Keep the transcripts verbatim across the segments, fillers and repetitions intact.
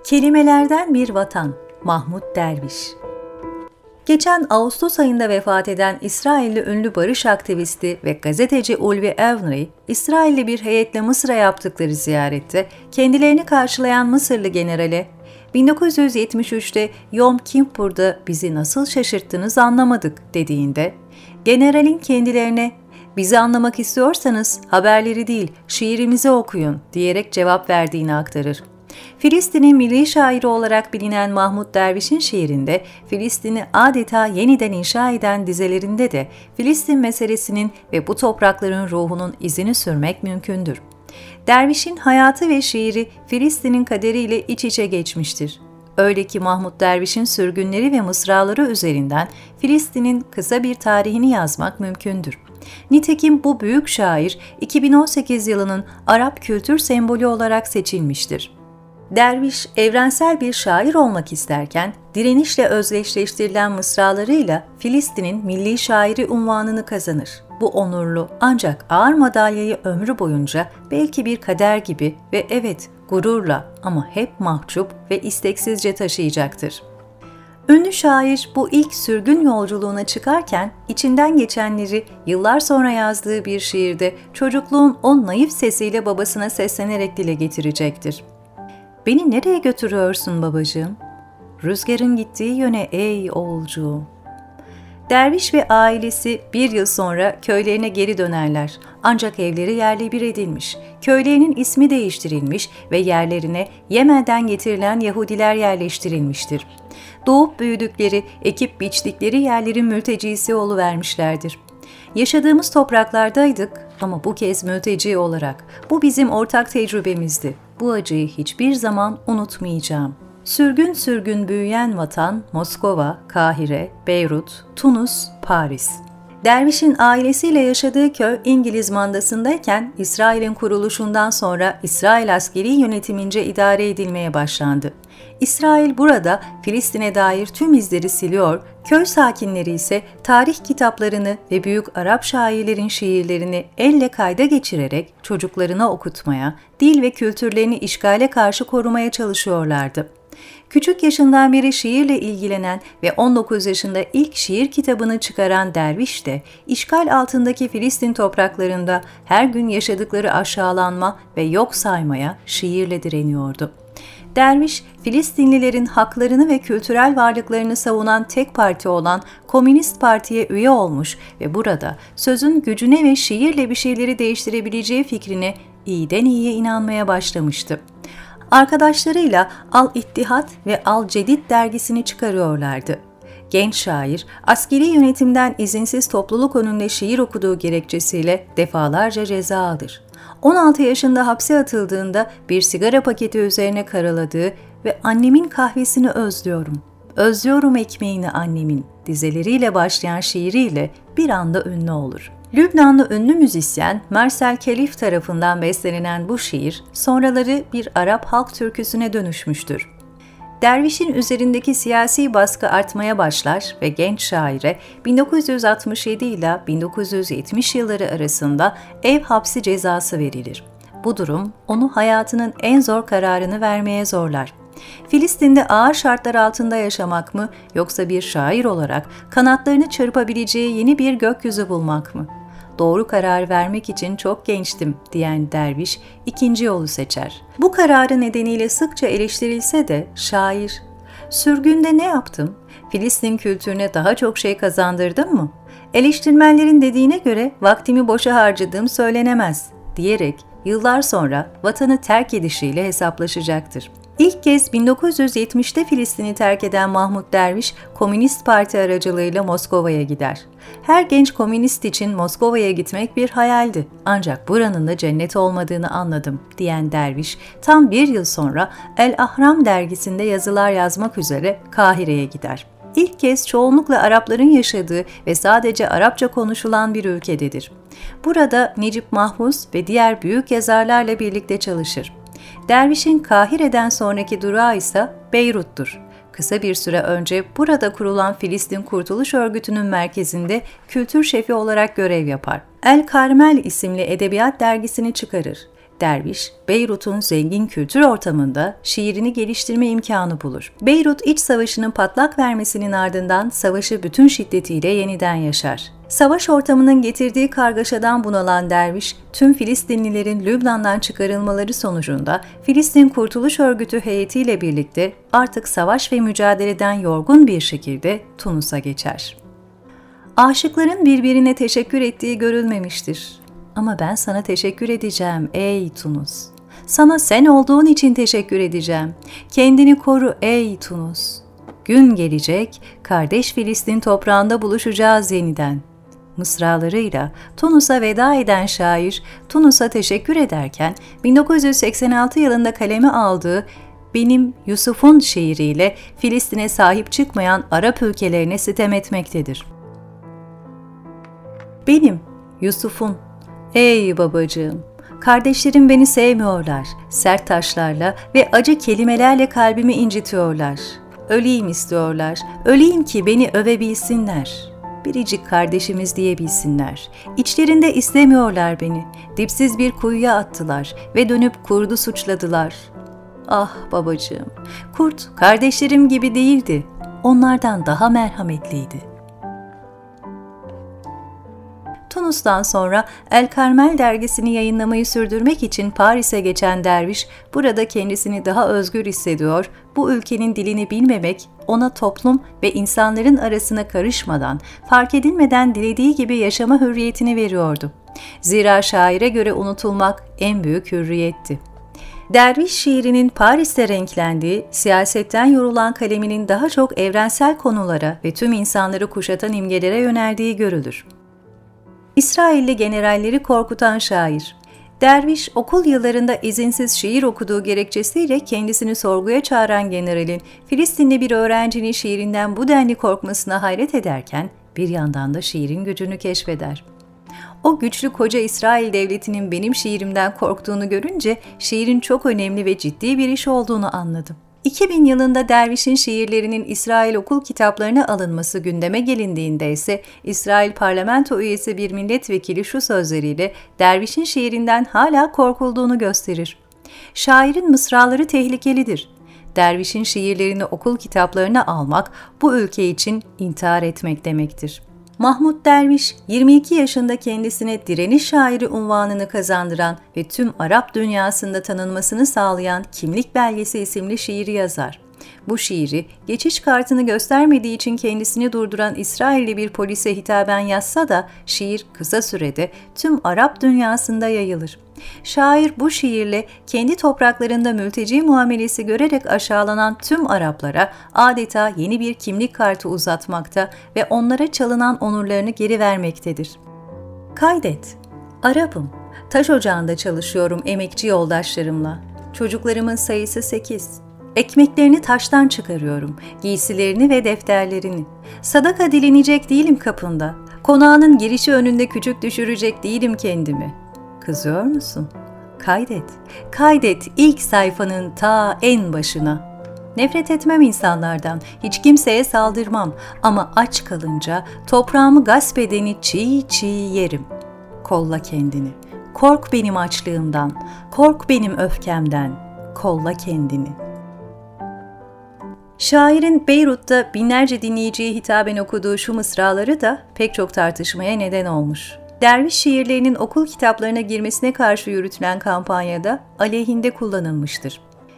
Kelimelerden bir vatan. Mahmut Derviş. Geçen Ağustos ayında vefat eden İsrailli ünlü barış aktivisti ve gazeteci Ulvi Avni, İsrailli bir heyetle Mısır'a yaptıkları ziyarette kendilerini karşılayan Mısırlı generale, bin dokuz yüz yetmiş üçte Yom Kippur'da bizi nasıl şaşırttınız anlamadık dediğinde, generalin kendilerine bizi anlamak istiyorsanız haberleri değil şiirimizi okuyun diyerek cevap verdiğini aktarır. Filistin'in milli şairi olarak bilinen Mahmut Derviş'in şiirinde Filistin'i adeta yeniden inşa eden dizelerinde de Filistin meselesinin ve bu toprakların ruhunun izini sürmek mümkündür. Derviş'in hayatı ve şiiri Filistin'in kaderiyle iç içe geçmiştir. Öyle ki Mahmut Derviş'in sürgünleri ve mısraları üzerinden Filistin'in kısa bir tarihini yazmak mümkündür. Nitekim bu büyük şair iki bin on sekiz yılının Arap kültür sembolü olarak seçilmiştir. Derviş, evrensel bir şair olmak isterken, direnişle özdeşleştirilen mısralarıyla Filistin'in milli şairi unvanını kazanır. Bu onurlu ancak ağır madalyayı ömrü boyunca belki bir kader gibi ve evet gururla ama hep mahcup ve isteksizce taşıyacaktır. Ünlü şair bu ilk sürgün yolculuğuna çıkarken içinden geçenleri yıllar sonra yazdığı bir şiirde çocukluğun o naif sesiyle babasına seslenerek dile getirecektir. "Beni nereye götürüyorsun babacığım? Rüzgarın gittiği yöne ey oğulcuğum." Derviş ve ailesi bir yıl sonra köylerine geri dönerler. Ancak evleri yerle bir edilmiş, köylerinin ismi değiştirilmiş ve yerlerine Yemen'den getirilen Yahudiler yerleştirilmiştir. Doğup büyüdükleri, ekip biçtikleri yerlerin mültecisi oluvermişlerdir. Yaşadığımız topraklardaydık ama bu kez mülteci olarak. Bu bizim ortak tecrübemizdi. Bu acıyı hiçbir zaman unutmayacağım. Sürgün sürgün büyüyen vatan, Moskova, Kahire, Beyrut, Tunus, Paris. Derviş'in ailesiyle yaşadığı köy İngiliz mandasındayken İsrail'in kuruluşundan sonra İsrail askeri yönetimince idare edilmeye başlandı. İsrail burada Filistin'e dair tüm izleri siliyor, köy sakinleri ise tarih kitaplarını ve büyük Arap şairlerin şiirlerini elle kayda geçirerek çocuklarına okutmaya, dil ve kültürlerini işgale karşı korumaya çalışıyorlardı. Küçük yaşından beri şiirle ilgilenen ve on dokuz yaşında ilk şiir kitabını çıkaran Derviş de, işgal altındaki Filistin topraklarında her gün yaşadıkları aşağılanma ve yok saymaya şiirle direniyordu. Derviş, Filistinlilerin haklarını ve kültürel varlıklarını savunan tek parti olan Komünist Parti'ye üye olmuş ve burada sözün gücüne ve şiirle bir şeyleri değiştirebileceği fikrine iyiden iyiye inanmaya başlamıştı. Arkadaşlarıyla Al-İttihat ve Al-Cedid dergisini çıkarıyorlardı. Genç şair, askeri yönetimden izinsiz topluluk önünde şiir okuduğu gerekçesiyle defalarca ceza alır. on altı yaşında hapse atıldığında bir sigara paketi üzerine karaladığı ve "Annemin kahvesini özlüyorum, özlüyorum ekmeğini annemin" dizeleriyle başlayan şiiriyle bir anda ünlü olur. Lübnanlı ünlü müzisyen Marcel Khelif tarafından bestelenen bu şiir, sonraları bir Arap halk türküsüne dönüşmüştür. Derviş'in üzerindeki siyasi baskı artmaya başlar ve genç şaire bin dokuz yüz altmış yedi ile bin dokuz yüz yetmiş yılları arasında ev hapsi cezası verilir. Bu durum onu hayatının en zor kararını vermeye zorlar. Filistin'de ağır şartlar altında yaşamak mı yoksa bir şair olarak kanatlarını çırpabileceği yeni bir gökyüzü bulmak mı? Doğru karar vermek için çok gençtim diyen Derviş ikinci yolu seçer. Bu kararı nedeniyle sıkça eleştirilse de şair, "Sürgünde ne yaptım? Filistin kültürüne daha çok şey kazandırdım mı? Eleştirmenlerin dediğine göre vaktimi boşa harcadığım söylenemez" diyerek yıllar sonra vatanı terk edişiyle hesaplaşacaktır. İlk kez bin dokuz yüz yetmişte Filistin'i terk eden Mahmut Derviş, Komünist Parti aracılığıyla Moskova'ya gider. Her genç komünist için Moskova'ya gitmek bir hayaldi. Ancak buranın da cennet olmadığını anladım diyen Derviş, tam bir yıl sonra El Ahram dergisinde yazılar yazmak üzere Kahire'ye gider. İlk kez çoğunlukla Arapların yaşadığı ve sadece Arapça konuşulan bir ülkededir. Burada Necip Mahfuz ve diğer büyük yazarlarla birlikte çalışır. Derviş'in Kahire'den sonraki durağı ise Beyrut'tur. Kısa bir süre önce burada kurulan Filistin Kurtuluş Örgütü'nün merkezinde kültür şefi olarak görev yapar. El Karmel isimli edebiyat dergisini çıkarır. Derviş, Beyrut'un zengin kültür ortamında şiirini geliştirme imkanı bulur. Beyrut İç Savaşı'nın patlak vermesinin ardından savaşı bütün şiddetiyle yeniden yaşar. Savaş ortamının getirdiği kargaşadan bunalan Derviş, tüm Filistinlilerin Lübnan'dan çıkarılmaları sonucunda Filistin Kurtuluş Örgütü heyetiyle birlikte artık savaş ve mücadeleden yorgun bir şekilde Tunus'a geçer. Aşıkların birbirine teşekkür ettiği görülmemiştir. Ama ben sana teşekkür edeceğim ey Tunus. Sana sen olduğun için teşekkür edeceğim. Kendini koru ey Tunus. Gün gelecek, kardeş Filistin toprağında buluşacağız yeniden. Mısralarıyla Tunus'a veda eden şair, Tunus'a teşekkür ederken bin dokuz yüz seksen altı yılında kaleme aldığı Benim Yusuf'un şiiriyle Filistin'e sahip çıkmayan Arap ülkelerine sitem etmektedir. Benim Yusuf'un, ey babacığım, kardeşlerim beni sevmiyorlar, sert taşlarla ve acı kelimelerle kalbimi incitiyorlar. Öleyim istiyorlar, öleyim ki beni övebilsinler. Biricik kardeşimiz diyebilsinler. İçlerinde istemiyorlar beni, dipsiz bir kuyuya attılar ve dönüp kurdu suçladılar. Ah babacığım, kurt kardeşlerim gibi değildi, onlardan daha merhametliydi. Tunus'tan sonra El Carmel dergisini yayınlamayı sürdürmek için Paris'e geçen Derviş, burada kendisini daha özgür hissediyor, bu ülkenin dilini bilmemek, ona toplum ve insanların arasına karışmadan, fark edilmeden dilediği gibi yaşama hürriyetini veriyordu. Zira şaire göre unutulmak en büyük hürriyetti. Derviş şiirinin Paris'te renklendiği, siyasetten yorulan kaleminin daha çok evrensel konulara ve tüm insanları kuşatan imgelere yöneldiği görülür. İsrailli generalleri korkutan şair. Derviş, okul yıllarında izinsiz şiir okuduğu gerekçesiyle kendisini sorguya çağıran generalin, Filistinli bir öğrencinin şiirinden bu denli korkmasına hayret ederken, bir yandan da şiirin gücünü keşfeder. O güçlü koca İsrail devletinin benim şiirimden korktuğunu görünce, şiirin çok önemli ve ciddi bir iş olduğunu anladım. iki bin yılında Derviş'in şiirlerinin İsrail okul kitaplarına alınması gündeme gelindiğinde ise İsrail parlamento üyesi bir milletvekili şu sözleriyle Derviş'in şiirinden hala korkulduğunu gösterir. Şairin mısraları tehlikelidir. Derviş'in şiirlerini okul kitaplarına almak bu ülke için intihar etmek demektir. Mahmud Derviş, yirmi iki yaşında kendisine direniş şairi unvanını kazandıran ve tüm Arap dünyasında tanınmasını sağlayan Kimlik Belgesi isimli şiiri yazar. Bu şiiri, geçiş kartını göstermediği için kendisini durduran İsrailli bir polise hitaben yazsa da şiir kısa sürede tüm Arap dünyasında yayılır. Şair bu şiirle kendi topraklarında mülteci muamelesi görerek aşağılanan tüm Araplara adeta yeni bir kimlik kartı uzatmakta ve onlara çalınan onurlarını geri vermektedir. Kaydet, Arap'ım, taş ocağında çalışıyorum emekçi yoldaşlarımla. Çocuklarımın sayısı sekiz. Ekmeklerini taştan çıkarıyorum, giysilerini ve defterlerini. Sadaka dilenecek değilim kapında. Konağının girişi önünde küçük düşürecek değilim kendimi. Kızıyor musun? Kaydet, kaydet ilk sayfanın ta en başına. Nefret etmem insanlardan, hiç kimseye saldırmam ama aç kalınca toprağımı gasp edeni çiğ çiğ yerim. Kolla kendini, kork benim açlığımdan, kork benim öfkemden, kolla kendini. Şairin Beyrut'ta binlerce dinleyiciye hitaben okuduğu şu mısraları da pek çok tartışmaya neden olmuş. Derviş şiirlerinin okul kitaplarına girmesine karşı yürütülen kampanyada aleyhinde kullanılmıştır.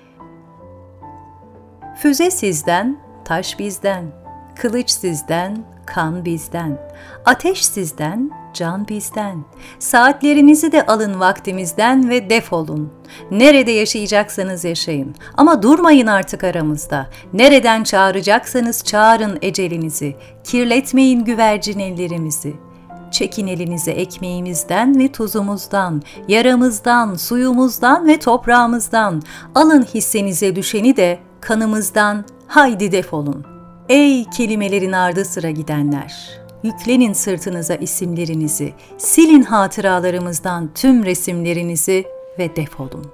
Füze sizden, taş bizden, kılıç sizden, kan bizden, ateş sizden, can bizden. Saatlerinizi de alın vaktimizden ve defolun. Nerede yaşayacaksanız yaşayın ama durmayın artık aramızda. Nereden çağıracaksanız çağırın ecelinizi. Kirletmeyin güvercin ellerimizi. Çekin elinize ekmeğimizden ve tuzumuzdan, yaramızdan, suyumuzdan ve toprağımızdan. Alın hissenize düşeni de kanımızdan, haydi defolun. Ey kelimelerin ardı sıra gidenler! Yüklenin sırtınıza isimlerinizi, silin hatıralarımızdan tüm resimlerinizi ve defolun.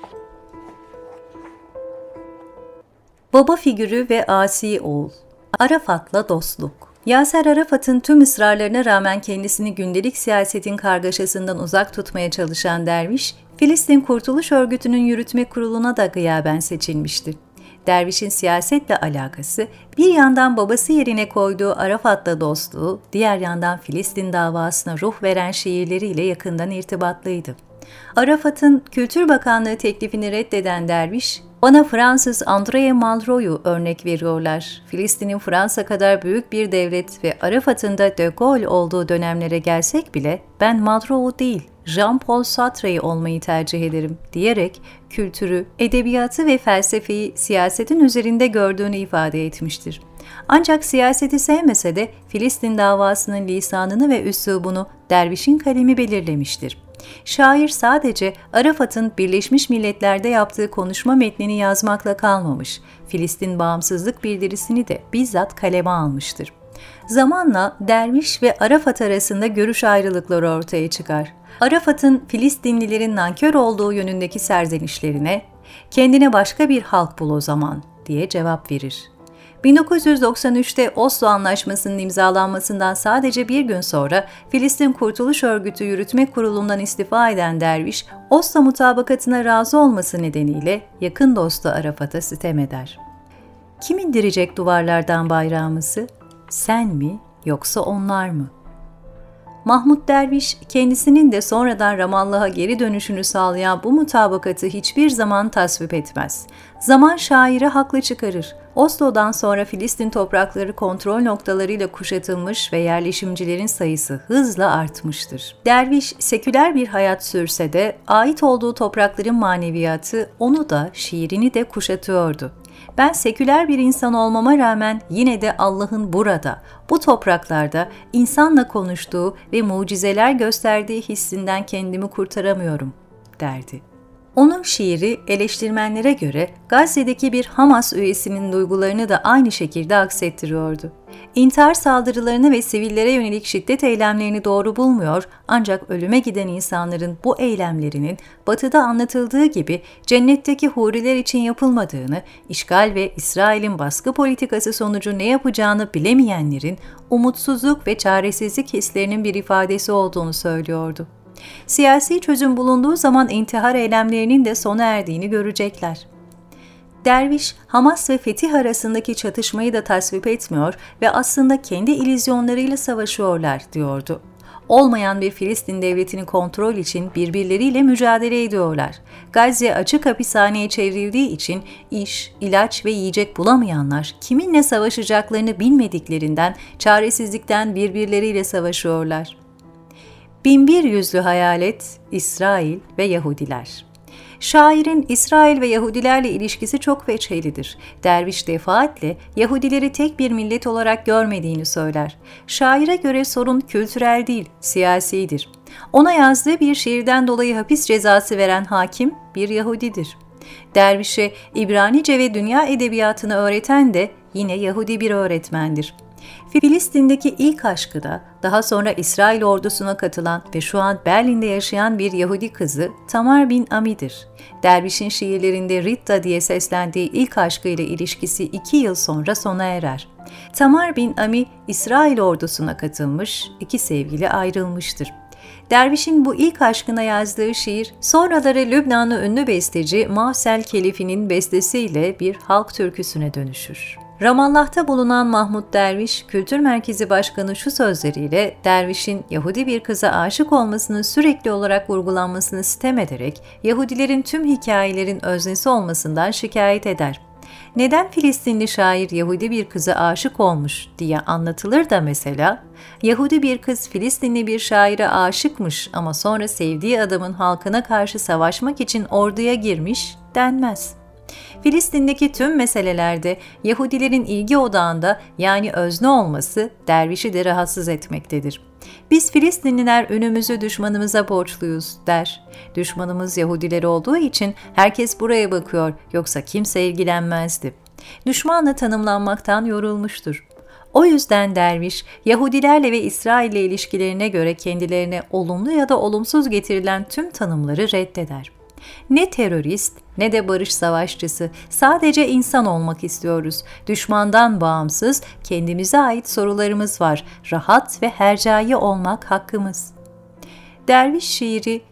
Baba figürü ve asi oğul. Arafat'la dostluk. Yaser Arafat'ın tüm ısrarlarına rağmen kendisini gündelik siyasetin kargaşasından uzak tutmaya çalışan Derviş, Filistin Kurtuluş Örgütü'nün yürütme kuruluna da gıyaben seçilmişti. Derviş'in siyasetle alakası, bir yandan babası yerine koyduğu Arafat'la dostluğu, diğer yandan Filistin davasına ruh veren şiirleriyle yakından irtibatlıydı. Arafat'ın Kültür Bakanlığı teklifini reddeden Derviş, "Bana Fransız André Malraux'u örnek veriyorlar. Filistin'in Fransa kadar büyük bir devlet ve Arafat'ın da de Gaulle olduğu dönemlere gelsek bile ben Malraux'u değil, Jean-Paul Sartre'yi olmayı tercih ederim," diyerek kültürü, edebiyatı ve felsefeyi siyasetin üzerinde gördüğünü ifade etmiştir. Ancak siyaseti sevmese de Filistin davasının lisanını ve üslubunu Derviş'in kalemi belirlemiştir. Şair sadece Arafat'ın Birleşmiş Milletler'de yaptığı konuşma metnini yazmakla kalmamış, Filistin bağımsızlık bildirisini de bizzat kaleme almıştır. Zamanla Derviş ve Arafat arasında görüş ayrılıkları ortaya çıkar. Arafat'ın Filistinlilerin nankör olduğu yönündeki serzenişlerine, "Kendine başka bir halk bul o zaman," diye cevap verir. bin dokuz yüz doksan üçte Oslo Anlaşması'nın imzalanmasından sadece bir gün sonra Filistin Kurtuluş Örgütü Yürütme Kurulu'ndan istifa eden Derviş, Oslo mutabakatına razı olması nedeniyle yakın dostu Arafat'a sitem eder. Kim indirecek duvarlardan bayrağımızı? Sen mi yoksa onlar mı? Mahmut Derviş, kendisinin de sonradan Ramallah'a geri dönüşünü sağlayan bu mutabakatı hiçbir zaman tasvip etmez. Zaman şairi haklı çıkarır. Oslo'dan sonra Filistin toprakları kontrol noktalarıyla kuşatılmış ve yerleşimcilerin sayısı hızla artmıştır. Derviş, seküler bir hayat sürse de ait olduğu toprakların maneviyatı onu da, şiirini de kuşatıyordu. "Ben seküler bir insan olmama rağmen yine de Allah'ın burada, bu topraklarda insanla konuştuğu ve mucizeler gösterdiği hissinden kendimi kurtaramıyorum," derdi. Onun şiiri eleştirmenlere göre Gazze'deki bir Hamas üyesinin duygularını da aynı şekilde aksettiriyordu. İntihar saldırılarını ve sivillere yönelik şiddet eylemlerini doğru bulmuyor, ancak ölüme giden insanların bu eylemlerinin Batı'da anlatıldığı gibi cennetteki huriler için yapılmadığını, işgal ve İsrail'in baskı politikası sonucu ne yapacağını bilemeyenlerin umutsuzluk ve çaresizlik hislerinin bir ifadesi olduğunu söylüyordu. Siyasi çözüm bulunduğu zaman intihar eylemlerinin de sona erdiğini görecekler. Derviş, Hamas ve Fetih arasındaki çatışmayı da tasvip etmiyor ve aslında kendi illüzyonlarıyla savaşıyorlar diyordu. Olmayan bir Filistin devletini kontrol için birbirleriyle mücadele ediyorlar. Gazze açık hapishaneye çevrildiği için iş, ilaç ve yiyecek bulamayanlar kiminle savaşacaklarını bilmediklerinden, çaresizlikten birbirleriyle savaşıyorlar. Binbir yüzlü hayalet, İsrail ve Yahudiler. Şairin İsrail ve Yahudilerle ilişkisi çok veçhelidir. Derviş defaatle Yahudileri tek bir millet olarak görmediğini söyler. Şaire göre sorun kültürel değil, siyasidir. Ona yazdığı bir şiirden dolayı hapis cezası veren hakim bir Yahudidir. Dervişe İbranice ve dünya edebiyatını öğreten de yine Yahudi bir öğretmendir. Filistin'deki ilk aşkı da daha sonra İsrail ordusuna katılan ve şu an Berlin'de yaşayan bir Yahudi kızı Tamar bin Ami'dir. Derviş'in şiirlerinde Ritta diye seslendiği ilk aşkıyla ilişkisi iki yıl sonra sona erer. Tamar bin Ami İsrail ordusuna katılmış, iki sevgili ayrılmıştır. Derviş'in bu ilk aşkına yazdığı şiir, sonraları Lübnanlı ünlü besteci Mahsel Kelifi'nin bestesiyle bir halk türküsüne dönüşür. Ramallah'ta bulunan Mahmut Derviş, Kültür Merkezi Başkanı şu sözleriyle Derviş'in Yahudi bir kıza aşık olmasının sürekli olarak vurgulanmasını sitem ederek Yahudilerin tüm hikayelerin öznesi olmasından şikayet eder. Neden Filistinli şair Yahudi bir kıza aşık olmuş diye anlatılır da mesela, Yahudi bir kız Filistinli bir şaire aşıkmış ama sonra sevdiği adamın halkına karşı savaşmak için orduya girmiş denmez. Filistin'deki tüm meselelerde Yahudilerin ilgi odağında yani özne olması Derviş'i de rahatsız etmektedir. "Biz Filistinliler önümüzü düşmanımıza borçluyuz," der. "Düşmanımız Yahudiler olduğu için herkes buraya bakıyor, yoksa kimse ilgilenmezdi." Düşmanla tanımlanmaktan yorulmuştur. O yüzden Derviş, Yahudilerle ve İsrail'le ilişkilerine göre kendilerine olumlu ya da olumsuz getirilen tüm tanımları reddeder. "Ne terörist ne de barış savaşçısı, sadece insan olmak istiyoruz. Düşmandan bağımsız, kendimize ait sorularımız var. Rahat ve hercai olmak hakkımız." Derviş şiiri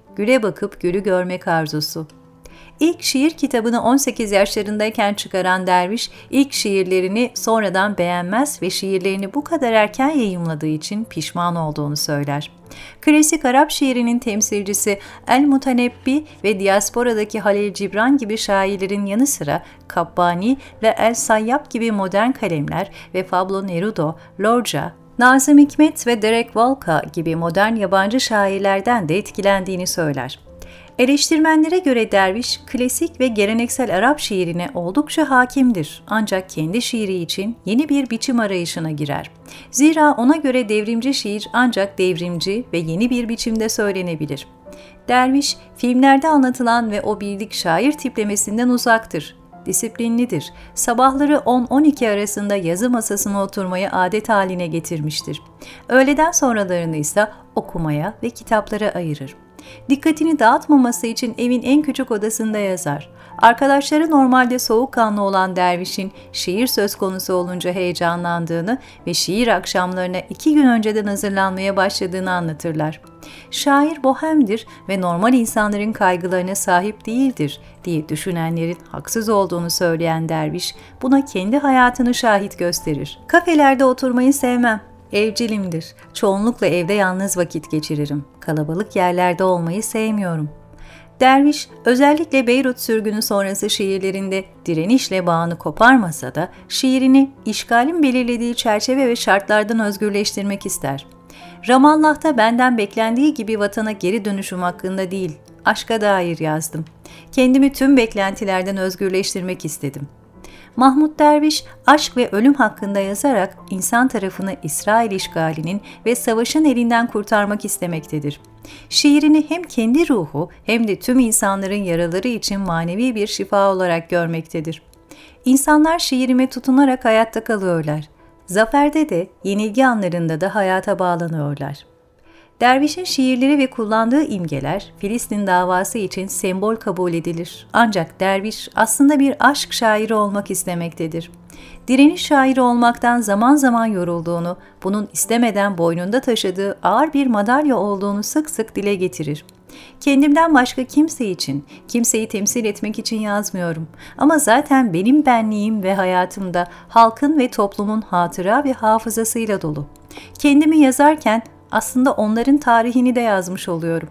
güle bakıp gülü görmek arzusu. İlk şiir kitabını on sekiz yaşlarındayken çıkaran derviş, ilk şiirlerini sonradan beğenmez ve şiirlerini bu kadar erken yayımladığı için pişman olduğunu söyler. Klasik Arap şiirinin temsilcisi El-Mutanebbi ve diasporadaki Halil Cibran gibi şairlerin yanı sıra Kabbani ve El-Sayyab gibi modern kalemler ve Pablo Neruda, Lorca, Nazım Hikmet ve Derek Walker gibi modern yabancı şairlerden de etkilendiğini söyler. Eleştirmenlere göre derviş, klasik ve geleneksel Arap şiirine oldukça hakimdir ancak kendi şiiri için yeni bir biçim arayışına girer. Zira ona göre devrimci şiir ancak devrimci ve yeni bir biçimde söylenebilir. Derviş, filmlerde anlatılan ve o bildik şair tiplemesinden uzaktır. Disiplinlidir. Sabahları on on iki arasında yazı masasına oturmayı adet haline getirmiştir. Öğleden sonralarını ise okumaya ve kitaplara ayırır. Dikkatini dağıtmaması için evin en küçük odasında yazar. Arkadaşları normalde soğukkanlı olan dervişin şiir söz konusu olunca heyecanlandığını ve şiir akşamlarına iki gün önceden hazırlanmaya başladığını anlatırlar. Şair bohemdir ve normal insanların kaygılarına sahip değildir diye düşünenlerin haksız olduğunu söyleyen derviş buna kendi hayatını şahit gösterir. Kafelerde oturmayı sevmem. Evcilimdir. Çoğunlukla evde yalnız vakit geçiririm. Kalabalık yerlerde olmayı sevmiyorum. Derviş, özellikle Beyrut sürgünü sonrası şiirlerinde direnişle bağını koparmasa da şiirini işgalin belirlediği çerçeve ve şartlardan özgürleştirmek ister. Ramallah'ta benden beklendiği gibi vatana geri dönüşüm hakkında değil, aşka dair yazdım. Kendimi tüm beklentilerden özgürleştirmek istedim. Mahmud Derviş, aşk ve ölüm hakkında yazarak insan tarafını İsrail işgalinin ve savaşın elinden kurtarmak istemektedir. Şiirini hem kendi ruhu hem de tüm insanların yaraları için manevi bir şifa olarak görmektedir. İnsanlar şiirime tutunarak hayatta kalıyorlar. Zaferde de, yenilgi anlarında da hayata bağlanıyorlar. Derviş'in şiirleri ve kullandığı imgeler Filistin davası için sembol kabul edilir. Ancak derviş aslında bir aşk şairi olmak istemektedir. Direniş şairi olmaktan zaman zaman yorulduğunu, bunun istemeden boynunda taşıdığı ağır bir madalya olduğunu sık sık dile getirir. Kendimden başka kimse için, kimseyi temsil etmek için yazmıyorum. Ama zaten benim benliğim ve hayatımda halkın ve toplumun hatıra ve hafızasıyla dolu. Kendimi yazarken aslında onların tarihini de yazmış oluyorum.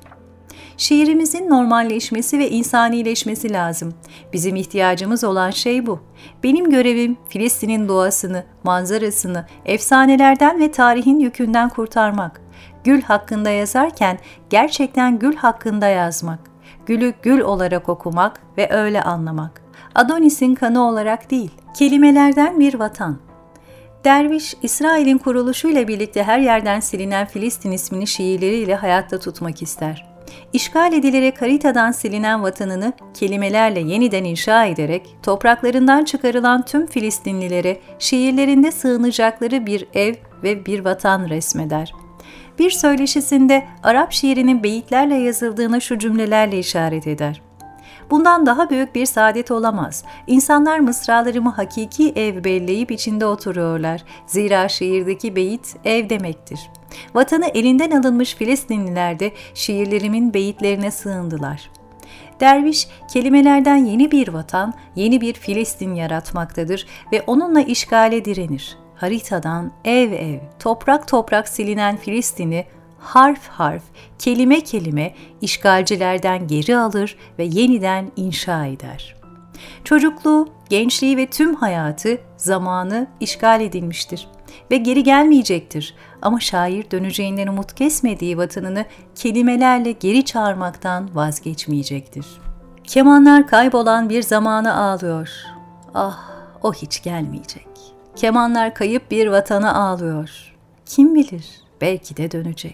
Şiirimizin normalleşmesi ve insanileşmesi lazım. Bizim ihtiyacımız olan şey bu. Benim görevim Filistin'in doğasını, manzarasını, efsanelerden ve tarihin yükünden kurtarmak. Gül hakkında yazarken gerçekten gül hakkında yazmak. Gülü gül olarak okumak ve öyle anlamak. Adonis'in kanı olarak değil, kelimelerden bir vatan. Derviş, İsrail'in kuruluşuyla birlikte her yerden silinen Filistin ismini şiirleriyle hayatta tutmak ister. İşgal edilerek haritadan silinen vatanını kelimelerle yeniden inşa ederek topraklarından çıkarılan tüm Filistinlilere şiirlerinde sığınacakları bir ev ve bir vatan resmeder. Bir söyleşisinde Arap şiirinin beyitlerle yazıldığına şu cümlelerle işaret eder. Bundan daha büyük bir saadet olamaz. İnsanlar mısralarımı hakiki ev belleyip içinde oturuyorlar. Zira şiirdeki beyit ev demektir. Vatanı elinden alınmış Filistinliler de şiirlerimin beyitlerine sığındılar. Derviş, kelimelerden yeni bir vatan, yeni bir Filistin yaratmaktadır ve onunla işgale direnir. Haritadan ev ev, toprak toprak silinen Filistin'i harf harf, kelime kelime işgalcilerden geri alır ve yeniden inşa eder. Çocukluğu, gençliği ve tüm hayatı, zamanı işgal edilmiştir ve geri gelmeyecektir. Ama şair döneceğinden umut kesmediği vatanını kelimelerle geri çağırmaktan vazgeçmeyecektir. Kemanlar kaybolan bir zamana ağlıyor. Ah, o hiç gelmeyecek. Kemanlar kayıp bir vatana ağlıyor. Kim bilir, belki de dönecek.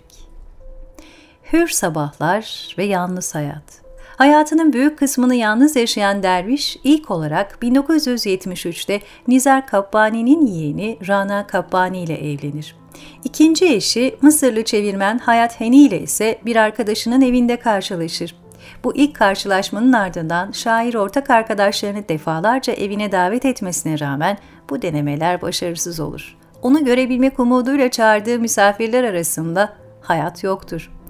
Hür sabahlar ve yalnız hayat. Hayatının büyük kısmını yalnız yaşayan derviş, ilk olarak bin dokuz yüz yetmiş üçte Nizar Kabbani'nin yeğeni Rana Kabbani ile evlenir. İkinci eşi Mısırlı çevirmen Hayat Heni ile ise bir arkadaşının evinde karşılaşır. Bu ilk karşılaşmanın ardından şair ortak arkadaşlarını defalarca evine davet etmesine rağmen bu denemeler başarısız olur. Onu görebilmek umuduyla çağırdığı misafirler arasında hayat yoktur.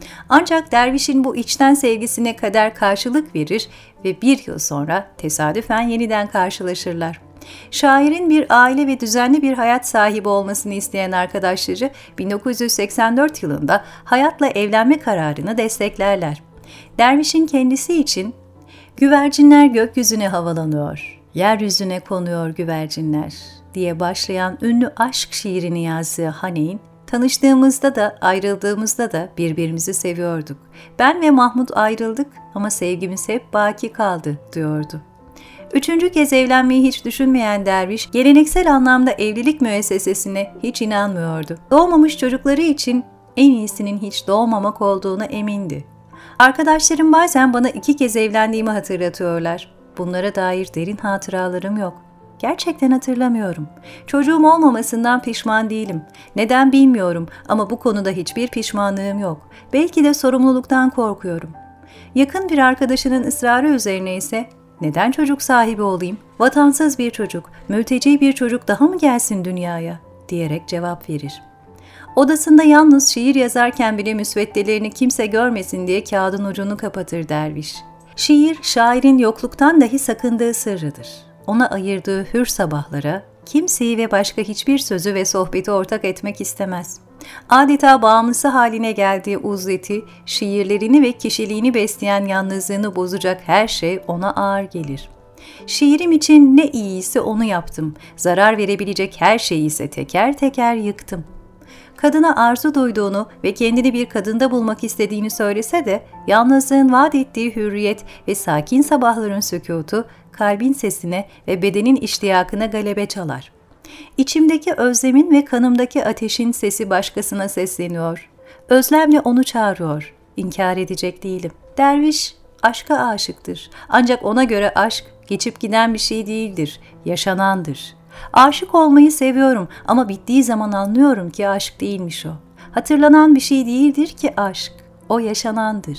Ancak dervişin bu içten sevgisine kader karşılık verir ve bir yıl sonra tesadüfen yeniden karşılaşırlar. Şairin bir aile ve düzenli bir hayat sahibi olmasını isteyen arkadaşları bin dokuz yüz seksen dört yılında hayatla evlenme kararını desteklerler. Dervişin kendisi için "Güvercinler gökyüzüne havalanıyor, yeryüzüne konuyor güvercinler" diye başlayan ünlü aşk şiirini yazdığı Haneyn, "Tanıştığımızda da ayrıldığımızda da birbirimizi seviyorduk. Ben ve Mahmut ayrıldık ama sevgimiz hep baki kaldı" diyordu. Üçüncü kez evlenmeyi hiç düşünmeyen derviş, geleneksel anlamda evlilik müessesesine hiç inanmıyordu. Doğmamış çocukları için en iyisinin hiç doğmamak olduğuna emindi. Arkadaşlarım bazen bana iki kez evlendiğimi hatırlatıyorlar. Bunlara dair derin hatıralarım yok. Gerçekten hatırlamıyorum. Çocuğum olmamasından pişman değilim. Neden bilmiyorum ama bu konuda hiçbir pişmanlığım yok. Belki de sorumluluktan korkuyorum. Yakın bir arkadaşının ısrarı üzerine ise "Neden çocuk sahibi olayım? Vatansız bir çocuk, mülteci bir çocuk daha mı gelsin dünyaya?" diyerek cevap verir. Odasında yalnız şiir yazarken bile müsveddelerini kimse görmesin diye kağıdın ucunu kapatır derviş. Şiir, şairin yokluktan dahi sakındığı sırrıdır. Ona ayırdığı hür sabahlara kimseyi ve başka hiçbir sözü ve sohbeti ortak etmek istemez. Adeta bağımlısı haline geldiği uzleti, şiirlerini ve kişiliğini besleyen yalnızlığını bozacak her şey ona ağır gelir. "Şiirim için ne iyiyse onu yaptım, zarar verebilecek her şeyi ise teker teker yıktım." Kadına arzu duyduğunu ve kendini bir kadında bulmak istediğini söylese de yalnızlığın vaat ettiği hürriyet ve sakin sabahların sükutu kalbin sesine ve bedenin iştiyakına galebe çalar. "İçimdeki özlemin ve kanımdaki ateşin sesi başkasına sesleniyor. Özlemle onu çağırıyor. İnkar edecek değilim." Derviş aşka aşıktır. Ancak ona göre aşk geçip giden bir şey değildir, yaşanandır. "Aşık olmayı seviyorum ama bittiği zaman anlıyorum ki aşk değilmiş o. Hatırlanan bir şey değildir ki aşk, o yaşanandır."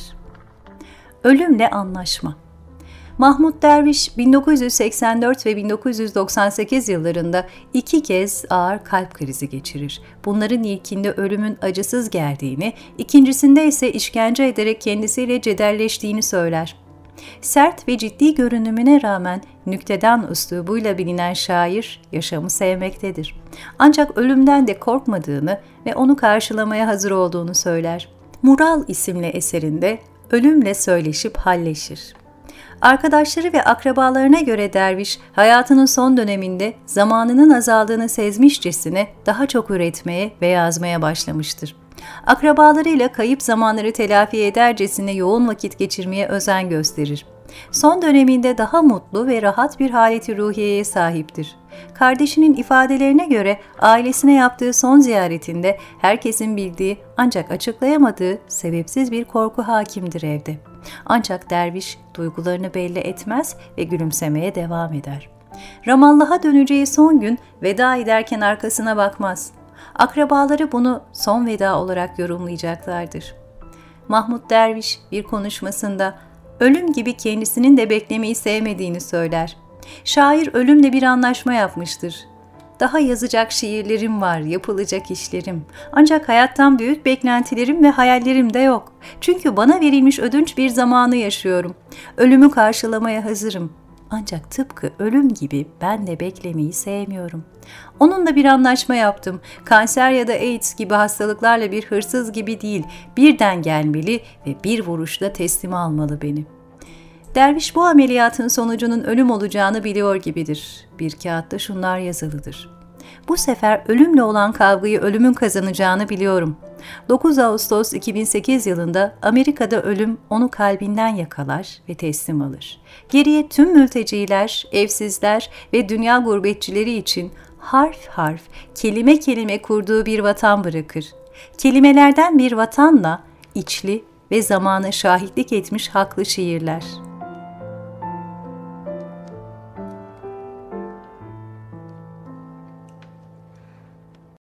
Ölümle anlaşma. Mahmut Derviş bin dokuz yüz seksen dört ve bin dokuz yüz doksan sekiz yıllarında iki kez ağır kalp krizi geçirir. Bunların ilkinde ölümün acısız geldiğini, ikincisinde ise işkence ederek kendisiyle cedelleştiğini söyler. Sert ve ciddi görünümüne rağmen nüktedan üslubuyla bilinen şair yaşamı sevmektedir. Ancak ölümden de korkmadığını ve onu karşılamaya hazır olduğunu söyler. Mural isimli eserinde ölümle söyleşip halleşir. Arkadaşları ve akrabalarına göre derviş, hayatının son döneminde zamanının azaldığını sezmişçesine daha çok üretmeye ve yazmaya başlamıştır. Akrabalarıyla kayıp zamanları telafi edercesine yoğun vakit geçirmeye özen gösterir. Son döneminde daha mutlu ve rahat bir haleti ruhiyeye sahiptir. Kardeşinin ifadelerine göre ailesine yaptığı son ziyaretinde herkesin bildiği ancak açıklayamadığı sebepsiz bir korku hakimdir evde. Ancak derviş duygularını belli etmez ve gülümsemeye devam eder. Ramallah'a döneceği son gün veda ederken arkasına bakmaz. Akrabaları bunu son veda olarak yorumlayacaklardır. Mahmut Derviş bir konuşmasında ölüm gibi kendisinin de beklemeyi sevmediğini söyler. Şair ölümle bir anlaşma yapmıştır. "Daha yazacak şiirlerim var, yapılacak işlerim. Ancak hayattan büyük beklentilerim ve hayallerim de yok. Çünkü bana verilmiş ödünç bir zamanı yaşıyorum. Ölümü karşılamaya hazırım. Ancak tıpkı ölüm gibi ben de beklemeyi sevmiyorum. Onunla bir anlaşma yaptım. Kanser ya da AIDS gibi hastalıklarla bir hırsız gibi değil, birden gelmeli ve bir vuruşla teslim almalı beni." Derviş bu ameliyatın sonucunun ölüm olacağını biliyor gibidir. Bir kağıtta şunlar yazılıdır: "Bu sefer ölümle olan kavgayı ölümün kazanacağını biliyorum." dokuz Ağustos iki bin sekiz yılında Amerika'da ölüm onu kalbinden yakalar ve teslim alır. Geriye tüm mülteciler, evsizler ve dünya gurbetçileri için harf harf, kelime kelime kurduğu bir vatan bırakır. Kelimelerden bir vatanla içli ve zamana şahitlik etmiş haklı şiirler.